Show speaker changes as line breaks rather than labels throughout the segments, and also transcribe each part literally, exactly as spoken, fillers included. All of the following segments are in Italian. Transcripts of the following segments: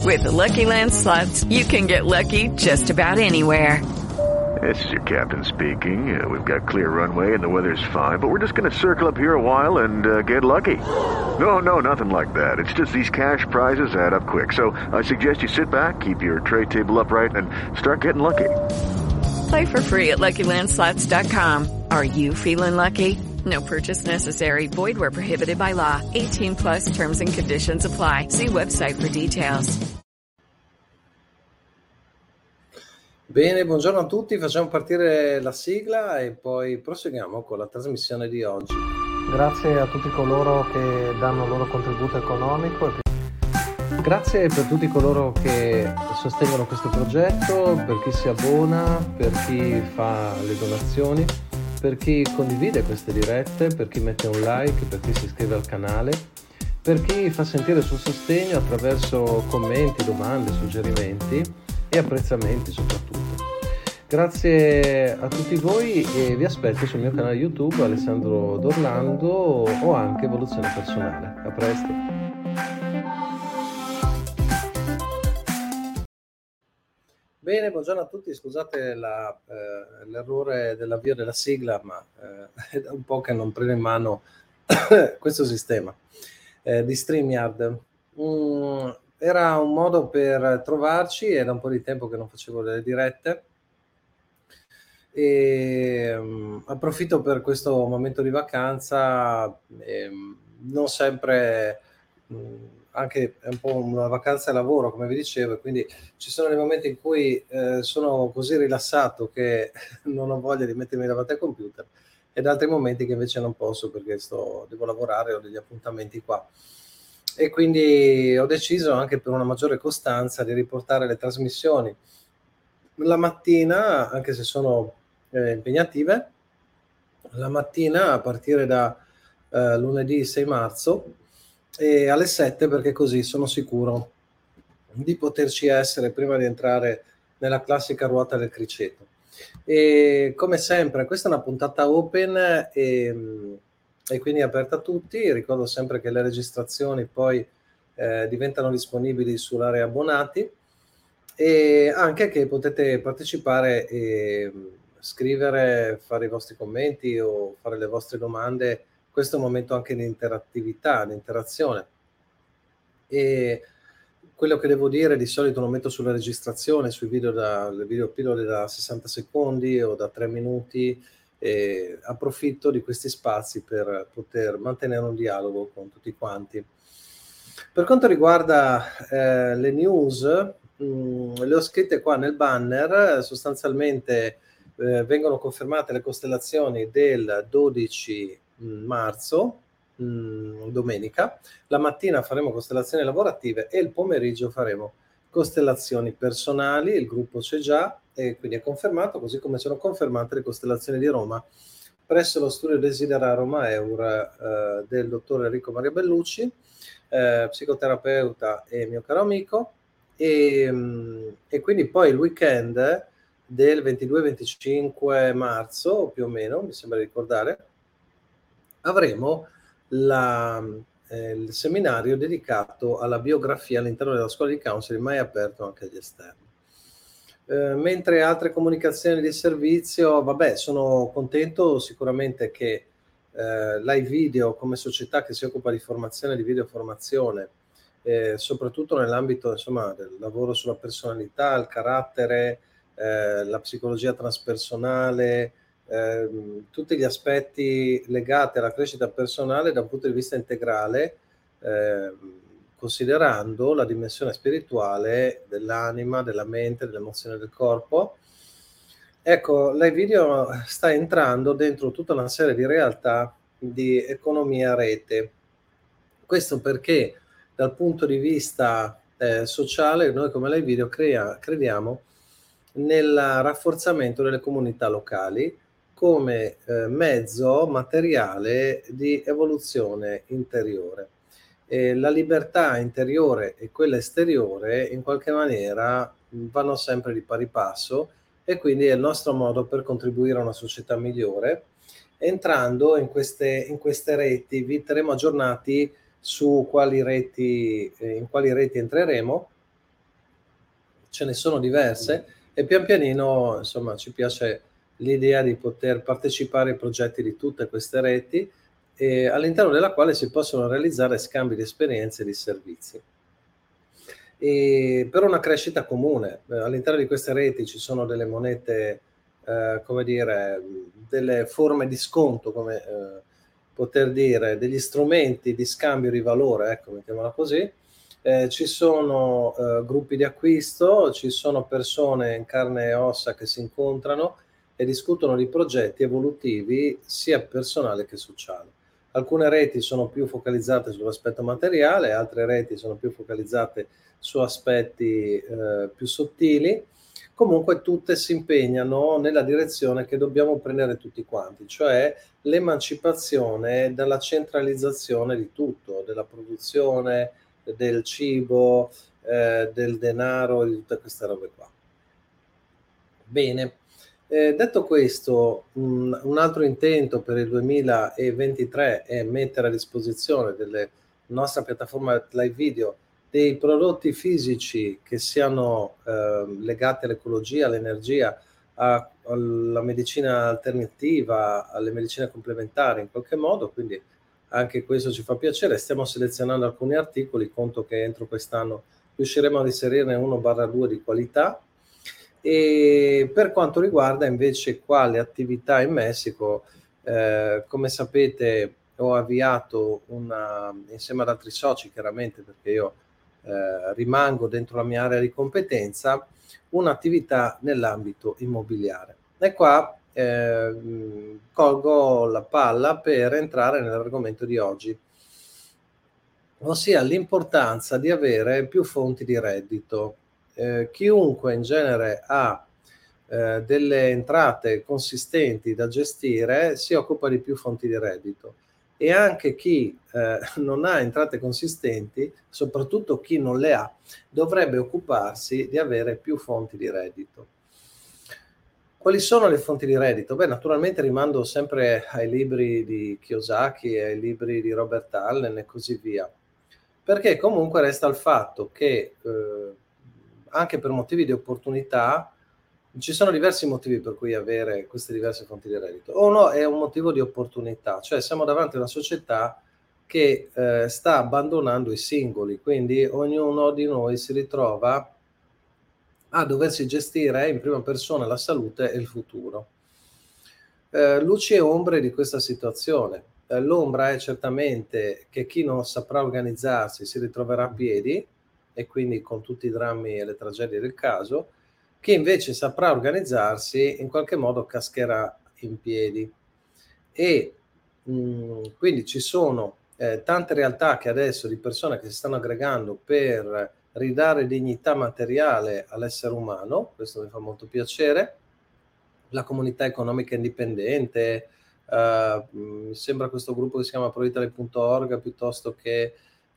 With the Lucky Land Slots, you can get lucky just about anywhere.
This is your captain speaking. Uh, we've got clear runway and the weather's fine, but we're just going to circle up here a while and uh, get lucky. No, no, nothing like that. It's just these cash prizes add up quick. So I suggest you sit back, keep your tray table upright, and start getting lucky.
Play for free at Lucky Land Slots dot com. Are you feeling lucky? No purchase necessary. Void where prohibited by law. eighteen plus terms and conditions apply. See website for details.
Bene, buongiorno a tutti. Facciamo partire la sigla e poi proseguiamo con la trasmissione di oggi.
Grazie a tutti coloro che danno il loro contributo economico. Grazie per tutti coloro che sostengono questo progetto, per chi si abbona, per chi fa le donazioni, per chi condivide queste dirette, per chi mette un like, per chi si iscrive al canale, per chi fa sentire il suo sostegno attraverso commenti, domande, suggerimenti e apprezzamenti soprattutto. Grazie a tutti voi e vi aspetto sul mio canale YouTube Alessandro D'Orlando o anche Evoluzione Personale. A presto!
Bene, buongiorno a tutti, scusate la, eh, l'errore dell'avvio della sigla, ma eh, è da un po' che non prendo in mano questo sistema eh, di StreamYard. Mm, era un modo per trovarci, era un po' di tempo che non facevo delle dirette e um, approfitto per questo momento di vacanza, eh, non sempre... Mm, anche è un po' una vacanza e lavoro, come vi dicevo, e quindi ci sono dei momenti in cui eh, sono così rilassato che non ho voglia di mettermi davanti al computer, ed altri momenti che invece non posso perché sto, devo lavorare, ho degli appuntamenti qua. E quindi ho deciso, anche per una maggiore costanza, di riportare le trasmissioni la mattina, anche se sono eh, impegnative, la mattina a partire da eh, lunedì sei marzo, e alle sette, perché così sono sicuro di poterci essere prima di entrare nella classica ruota del criceto. E come sempre questa è una puntata open e, e quindi aperta a tutti. Ricordo sempre che le registrazioni poi eh, diventano disponibili sull'area abbonati, e anche che potete partecipare e scrivere, fare i vostri commenti o fare le vostre domande. Questo è un momento anche di interattività, di interazione. E quello che devo dire, di solito lo metto sulla registrazione, sui video, da, le video pillole da sessanta secondi o da tre minuti, e approfitto di questi spazi per poter mantenere un dialogo con tutti quanti. Per quanto riguarda eh, le news, mh, le ho scritte qua nel banner. Sostanzialmente eh, vengono confermate le costellazioni del dodici marzo, mh, domenica. La mattina faremo costellazioni lavorative e il pomeriggio faremo costellazioni personali. Il gruppo c'è già e quindi è confermato, così come sono confermate le costellazioni di Roma presso lo studio Desidera Roma Eur eh, del dottor Enrico Maria Bellucci, eh, psicoterapeuta e mio caro amico. E, mh, e quindi poi il weekend del ventidue venticinque marzo, più o meno, mi sembra di ricordare, avremo la, eh, il seminario dedicato alla biografia all'interno della scuola di counseling, mai aperto anche agli esterni. Eh, mentre altre comunicazioni di servizio, vabbè, sono contento sicuramente che eh, Live Video, come società che si occupa di formazione, di videoformazione, eh, soprattutto nell'ambito insomma del lavoro sulla personalità, il carattere, eh, la psicologia transpersonale, Eh, tutti gli aspetti legati alla crescita personale da un punto di vista integrale, eh, considerando la dimensione spirituale dell'anima, della mente, dell'emozione del corpo. Ecco, Live Video sta entrando dentro tutta una serie di realtà di economia a rete. Questo perché dal punto di vista eh, sociale noi come Live Video crea, crediamo nel rafforzamento delle comunità locali come eh, mezzo materiale di evoluzione interiore. E la libertà interiore e quella esteriore in qualche maniera vanno sempre di pari passo, e quindi è il nostro modo per contribuire a una società migliore. Entrando in queste, in queste reti vi terremo aggiornati su quali reti, eh, in quali reti entreremo, ce ne sono diverse e pian pianino, insomma, ci piace l'idea di poter partecipare ai progetti di tutte queste reti, e all'interno della quale si possono realizzare scambi di esperienze e di servizi. E per una crescita comune, eh, all'interno di queste reti ci sono delle monete, eh, come dire, delle forme di sconto, come eh, poter dire, degli strumenti di scambio di valore, ecco, mettiamola così. Eh, ci sono eh, gruppi di acquisto, ci sono persone in carne e ossa che si incontrano e discutono di progetti evolutivi sia personale che sociale. Alcune reti sono più focalizzate sull'aspetto materiale, altre reti sono più focalizzate su aspetti eh, più sottili. Comunque tutte si impegnano nella direzione che dobbiamo prendere tutti quanti, cioè l'emancipazione dalla centralizzazione di tutto, della produzione, del cibo, eh, del denaro, di tutte queste robe qua. Bene, eh, detto questo, un, un altro intento per il duemilaventitré è mettere a disposizione della nostra piattaforma live video dei prodotti fisici che siano eh, legati all'ecologia, all'energia, a, alla medicina alternativa, alle medicine complementari in qualche modo, quindi anche questo ci fa piacere. Stiamo selezionando alcuni articoli, conto che entro quest'anno riusciremo ad inserirne uno barra due di qualità. E per quanto riguarda invece qua le attività in Messico, eh, come sapete ho avviato una, insieme ad altri soci chiaramente, perché io eh, rimango dentro la mia area di competenza, un'attività nell'ambito immobiliare. E qua eh, colgo la palla per entrare nell'argomento di oggi, ossia l'importanza di avere più fonti di reddito. Eh, chiunque in genere ha eh, delle entrate consistenti da gestire si occupa di più fonti di reddito, e anche chi eh, non ha entrate consistenti, soprattutto chi non le ha, dovrebbe occuparsi di avere più fonti di reddito. Quali sono le fonti di reddito? Beh, naturalmente rimando sempre ai libri di Kiyosaki e ai libri di Robert Allen e così via, perché comunque resta il fatto che eh, anche per motivi di opportunità ci sono diversi motivi per cui avere queste diverse fonti di reddito. Uno è un motivo di opportunità, cioè siamo davanti a una società che eh, sta abbandonando i singoli, quindi ognuno di noi si ritrova a doversi gestire in prima persona la salute e il futuro. Eh, luci e ombre di questa situazione. Eh, l'ombra è certamente che chi non saprà organizzarsi si ritroverà a piedi, e quindi con tutti i drammi e le tragedie del caso. Chi invece saprà organizzarsi in qualche modo cascherà in piedi. E mh, quindi ci sono eh, tante realtà che adesso di persone che si stanno aggregando per ridare dignità materiale all'essere umano. Questo mi fa molto piacere. La comunità economica indipendente, eh, mi sembra questo gruppo che si chiama proitale punto org, piuttosto che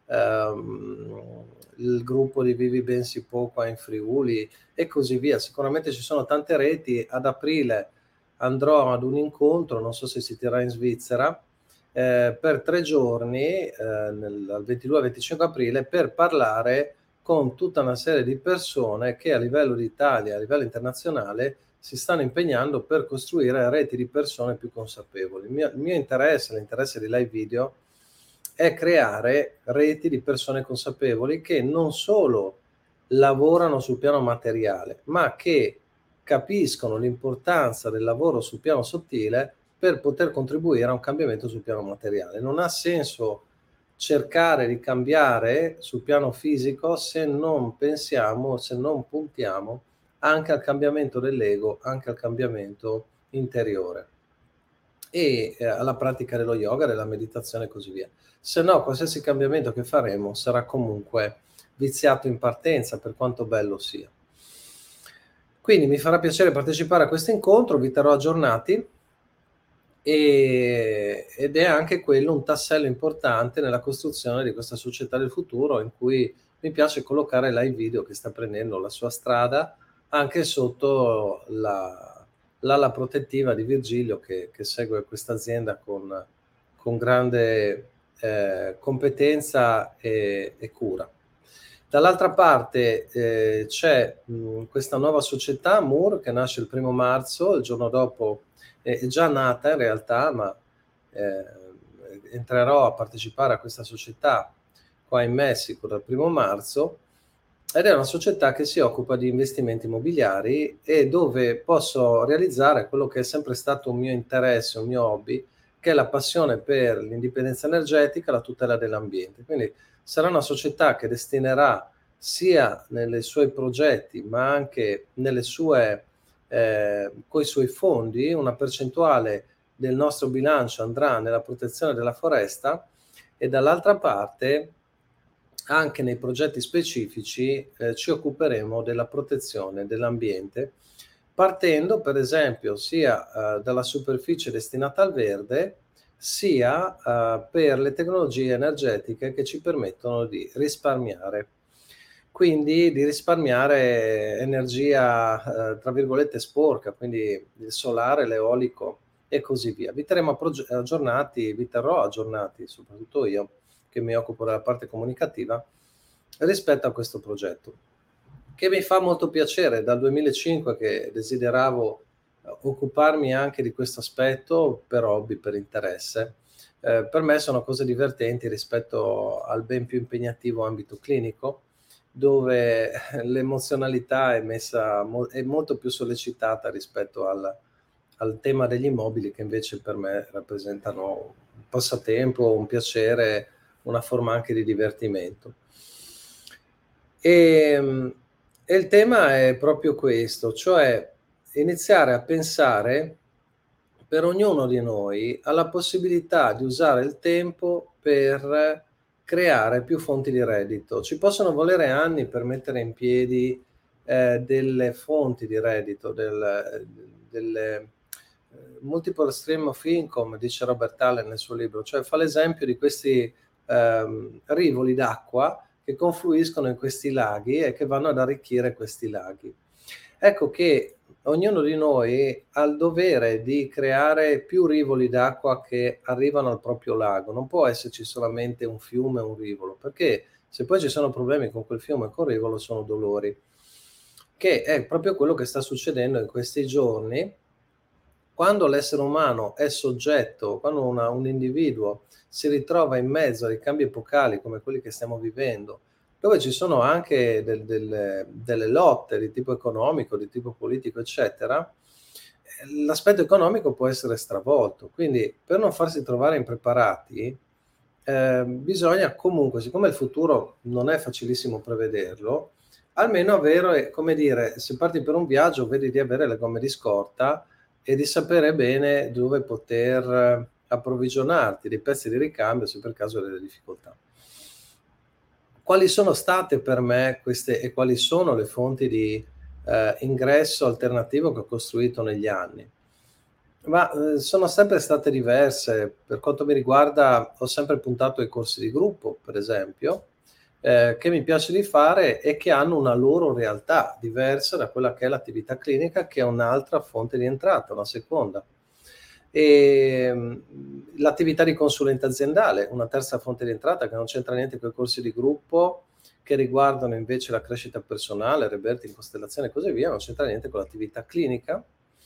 ehm, il gruppo di Vivi Ben Si Può qua in Friuli e così via. Sicuramente ci sono tante reti. Ad aprile andrò ad un incontro, non so se si terrà in Svizzera, eh, per tre giorni, eh, nel, dal ventidue al venticinque aprile, per parlare con tutta una serie di persone che a livello d'Italia, a livello internazionale, si stanno impegnando per costruire reti di persone più consapevoli. Il mio, il mio interesse, l'interesse di Live Video, è creare reti di persone consapevoli che non solo lavorano sul piano materiale, ma che capiscono l'importanza del lavoro sul piano sottile per poter contribuire a un cambiamento sul piano materiale. Non ha senso cercare di cambiare sul piano fisico se non pensiamo, se non puntiamo anche al cambiamento dell'ego, anche al cambiamento interiore e eh, alla pratica dello yoga, della meditazione e così via. Se no, qualsiasi cambiamento che faremo sarà comunque viziato in partenza, per quanto bello sia. Quindi mi farà piacere partecipare a questo incontro, vi terrò aggiornati, e, ed è anche quello un tassello importante nella costruzione di questa società del futuro, in cui mi piace collocare Live Video, che sta prendendo la sua strada anche sotto la, l'ala protettiva di Virgilio, che, che segue questa azienda con, con grande eh, competenza e, e cura. Dall'altra parte eh, c'è mh, questa nuova società, Moore, che nasce il primo marzo, il giorno dopo è, è già nata in realtà, ma eh, entrerò a partecipare a questa società qua in Messico dal primo marzo, ed è una società che si occupa di investimenti immobiliari e dove posso realizzare quello che è sempre stato un mio interesse, un mio hobby, che è la passione per l'indipendenza energetica e la tutela dell'ambiente. Quindi sarà una società che destinerà sia nei suoi progetti ma anche nelle sue, eh, coi suoi fondi, una percentuale del nostro bilancio andrà nella protezione della foresta, e dall'altra parte anche nei progetti specifici eh, ci occuperemo della protezione dell'ambiente, partendo per esempio sia eh, dalla superficie destinata al verde, sia eh, per le tecnologie energetiche che ci permettono di risparmiare. Quindi di risparmiare energia, eh, tra virgolette, sporca, quindi il solare, l'eolico e così via. Vi terremo aggiornati, vi terrò aggiornati, soprattutto io, che mi occupo della parte comunicativa, rispetto a questo progetto, che mi fa molto piacere. Dal duemilacinque che desideravo occuparmi anche di questo aspetto per hobby, per interesse. Eh, per me sono cose divertenti rispetto al ben più impegnativo ambito clinico, dove l'emozionalità è messa è molto più sollecitata rispetto al, al tema degli immobili, che invece per me rappresentano un passatempo, un piacere, una forma anche di divertimento. E, e il tema è proprio questo, cioè iniziare a pensare per ognuno di noi alla possibilità di usare il tempo per creare più fonti di reddito. Ci possono volere anni per mettere in piedi eh, delle fonti di reddito, del, delle multiple stream of income, dice Robert Allen nel suo libro, cioè fa l'esempio di questi ehm, rivoli d'acqua che confluiscono in questi laghi e che vanno ad arricchire questi laghi. Ecco che ognuno di noi ha il dovere di creare più rivoli d'acqua che arrivano al proprio lago. Non può esserci solamente un fiume o un rivolo, perché se poi ci sono problemi con quel fiume o col rivolo sono dolori, che è proprio quello che sta succedendo in questi giorni, quando l'essere umano è soggetto, quando una, un individuo si ritrova in mezzo ai cambi epocali come quelli che stiamo vivendo, dove ci sono anche del, del, delle lotte di tipo economico, di tipo politico, eccetera, l'aspetto economico può essere stravolto. Quindi per non farsi trovare impreparati, eh, bisogna comunque, siccome il futuro non è facilissimo prevederlo, almeno avere, come dire, se parti per un viaggio, vedi di avere le gomme di scorta e di sapere bene dove poter approvvigionarti dei pezzi di ricambio se per caso hai delle difficoltà. Quali sono state per me queste e quali sono le fonti di eh, ingresso alternativo che ho costruito negli anni? Ma eh, sono sempre state diverse. Per quanto mi riguarda, ho sempre puntato ai corsi di gruppo, per esempio, eh, che mi piace di fare e che hanno una loro realtà diversa da quella che è l'attività clinica, che è un'altra fonte di entrata, una seconda. E mh, l'attività di consulente aziendale, una terza fonte di entrata che non c'entra niente con i corsi di gruppo, che riguardano invece la crescita personale, reberti in costellazione e così via, non c'entra niente con l'attività clinica.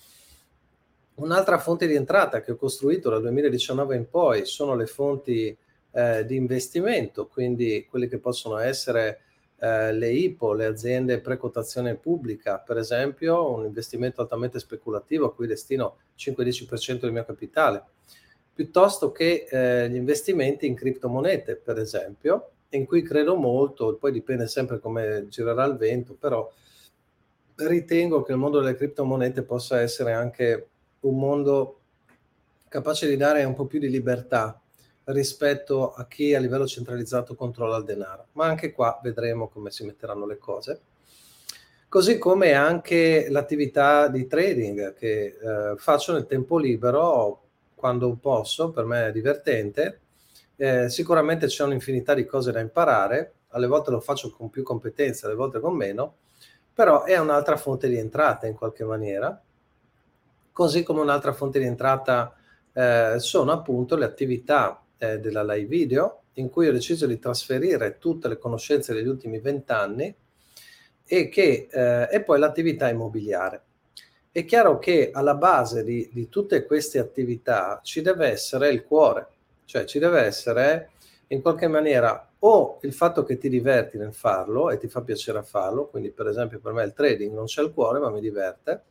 Un'altra fonte di entrata che ho costruito dal duemiladiciannove in poi sono le fonti eh, di investimento, quindi quelle che possono essere eh, le I P O, le aziende pre-quotazione pubblica, per esempio, un investimento altamente speculativo a cui destino cinque-dieci per cento del mio capitale, piuttosto che eh, gli investimenti in criptomonete, per esempio, in cui credo molto, poi dipende sempre come girerà il vento, però ritengo che il mondo delle criptomonete possa essere anche un mondo capace di dare un po' più di libertà rispetto a chi a livello centralizzato controlla il denaro. Ma anche qua vedremo come si metteranno le cose. Così come anche l'attività di trading che eh, faccio nel tempo libero quando posso, per me è divertente. Eh, sicuramente c'è un'infinità di cose da imparare, alle volte lo faccio con più competenza, alle volte con meno, però è un'altra fonte di entrata in qualche maniera. Così come un'altra fonte di entrata eh, sono appunto le attività eh, della live video, in cui ho deciso di trasferire tutte le conoscenze degli ultimi vent'anni e, che, eh, e poi l'attività immobiliare. È chiaro che alla base di, di tutte queste attività ci deve essere il cuore, cioè ci deve essere in qualche maniera o il fatto che ti diverti nel farlo e ti fa piacere farlo, quindi per esempio per me il trading non c'è il cuore ma mi diverte,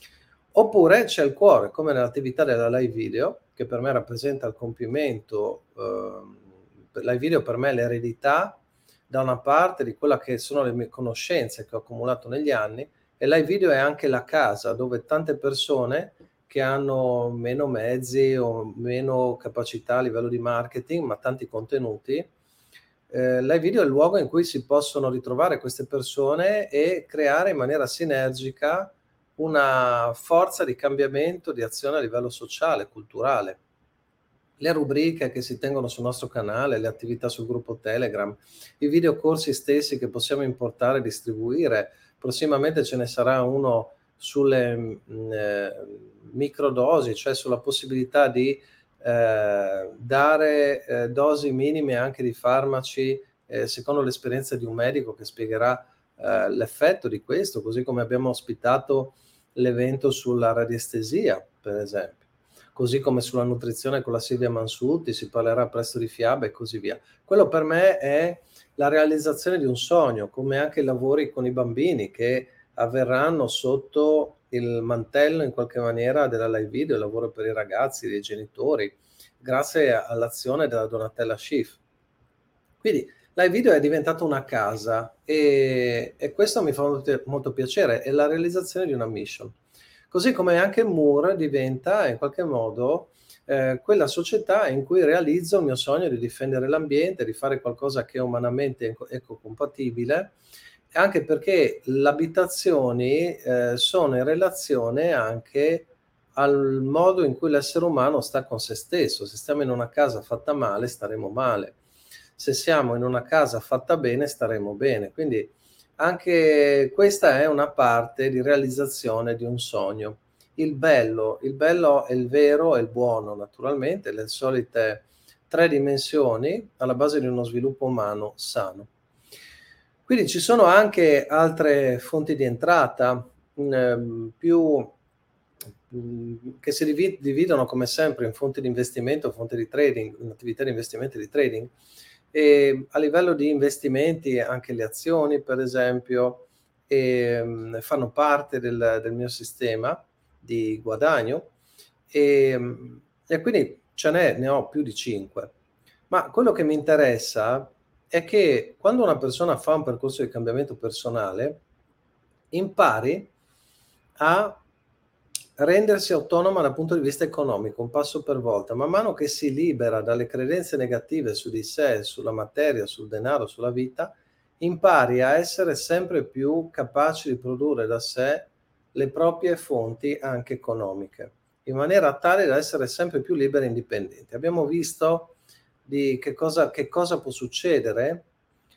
oppure c'è il cuore come nell'attività della live video, che per me rappresenta il compimento, eh, live video per me è l'eredità da una parte di quella che sono le mie conoscenze che ho accumulato negli anni, e live video è anche la casa dove tante persone che hanno meno mezzi o meno capacità a livello di marketing, ma tanti contenuti, eh, live video è il luogo in cui si possono ritrovare queste persone e creare in maniera sinergica una forza di cambiamento, di azione a livello sociale, culturale. Le rubriche che si tengono sul nostro canale, le attività sul gruppo Telegram, i videocorsi stessi che possiamo importare e distribuire. Prossimamente ce ne sarà uno sulle eh, microdosi, cioè sulla possibilità di eh, dare eh, dosi minime anche di farmaci eh, secondo l'esperienza di un medico che spiegherà eh, l'effetto di questo, così come abbiamo ospitato l'evento sulla radiestesia, per esempio. Così come sulla nutrizione con la Silvia Mansutti, si parlerà presto di fiabe e così via. Quello per me è la realizzazione di un sogno, come anche i lavori con i bambini che avverranno sotto il mantello in qualche maniera della live video, il lavoro per i ragazzi, dei genitori, grazie all'azione della Donatella Schiff. Quindi live video è diventata una casa e, e questo mi fa molto, molto piacere, è la realizzazione di una mission. Così come anche Moore diventa in qualche modo eh, quella società in cui realizzo il mio sogno di difendere l'ambiente, di fare qualcosa che è umanamente ecocompatibile, anche perché le abitazioni eh, sono in relazione anche al modo in cui l'essere umano sta con se stesso. Se stiamo in una casa fatta male, staremo male. Se siamo in una casa fatta bene, staremo bene. Quindi anche questa è una parte di realizzazione di un sogno. Il bello, il bello è il vero e il buono, naturalmente, le solite tre dimensioni alla base di uno sviluppo umano sano. Quindi ci sono anche altre fonti di entrata mh, più mh, che si divid- dividono come sempre in fonti di investimento, fonti di trading, in attività di investimento e di trading. E a livello di investimenti anche le azioni, per esempio, e, um, fanno parte del, del mio sistema di guadagno e, um, e quindi ce n'è, ne ho più di cinque. Ma quello che mi interessa è che quando una persona fa un percorso di cambiamento personale, impari a rendersi autonoma dal punto di vista economico, un passo per volta. Man mano che si libera dalle credenze negative su di sé, sulla materia, sul denaro, sulla vita, impari a essere sempre più capaci di produrre da sé le proprie fonti anche economiche, in maniera tale da essere sempre più liberi e indipendenti. Abbiamo visto di che cosa, che cosa può succedere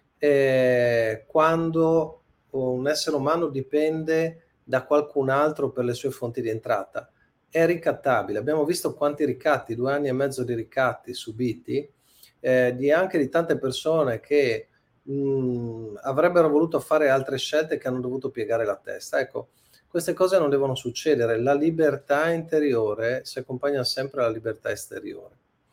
eh, quando un essere umano dipende da qualcun altro per le sue fonti di entrata. È ricattabile. Abbiamo visto quanti ricatti, due anni e mezzo di ricatti subiti, eh, di anche di tante persone che mh, avrebbero voluto fare altre scelte che hanno dovuto piegare la testa. Ecco, queste cose non devono succedere. La libertà interiore si accompagna sempre alla libertà esteriore.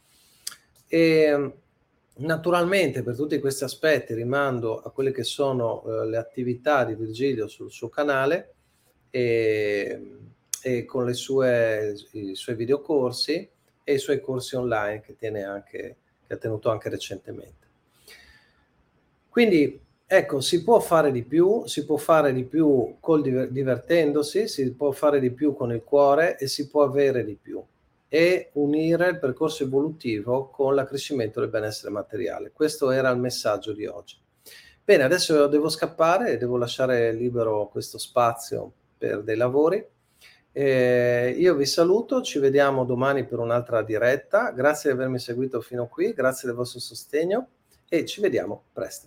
E naturalmente per tutti questi aspetti rimando a quelle che sono eh, le attività di Virgilio sul suo canale, E, e con le sue, i suoi videocorsi e i suoi corsi online che tiene anche, che ha tenuto anche recentemente. Quindi ecco, si può fare di più, si può fare di più col diver- divertendosi, si può fare di più con il cuore e si può avere di più e unire il percorso evolutivo con l'accrescimento del benessere materiale. Questo era il messaggio di oggi. Bene, adesso devo scappare, devo lasciare libero questo spazio per dei lavori. Eh, io vi saluto, ci vediamo domani per un'altra diretta. Grazie di avermi seguito fino qui, grazie del vostro sostegno e ci vediamo presto.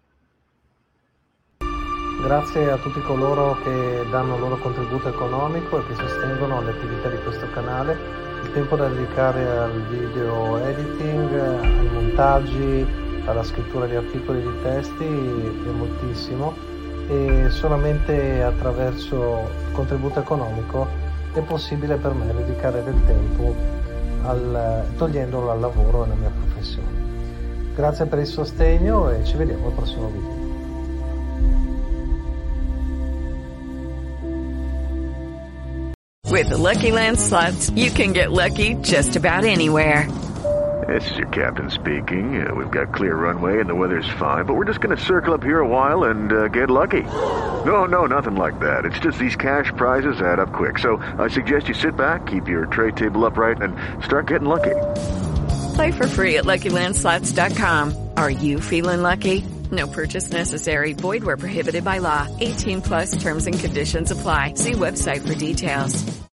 Grazie a tutti coloro che danno il loro contributo economico e che sostengono le attività di questo canale. Il tempo da dedicare al video editing, ai montaggi, alla scrittura di articoli e di testi è moltissimo, e solamente attraverso il contributo economico è possibile per me dedicare del tempo al, togliendolo al lavoro e alla mia professione. Grazie per il sostegno e ci vediamo al prossimo video.
With the Lucky Land Slots, you can get lucky just about anywhere.
This is your captain speaking. Uh, we've got clear runway and the weather's fine, but we're just going to circle up here a while and uh, get lucky. No, no, nothing like that. It's just these cash prizes add up quick. So I suggest you sit back, keep your tray table upright, and start getting lucky.
Play for free at Lucky Land Slots dot com. Are you feeling lucky? No purchase necessary. Void where prohibited by law. eighteen plus terms and conditions apply. See website for details.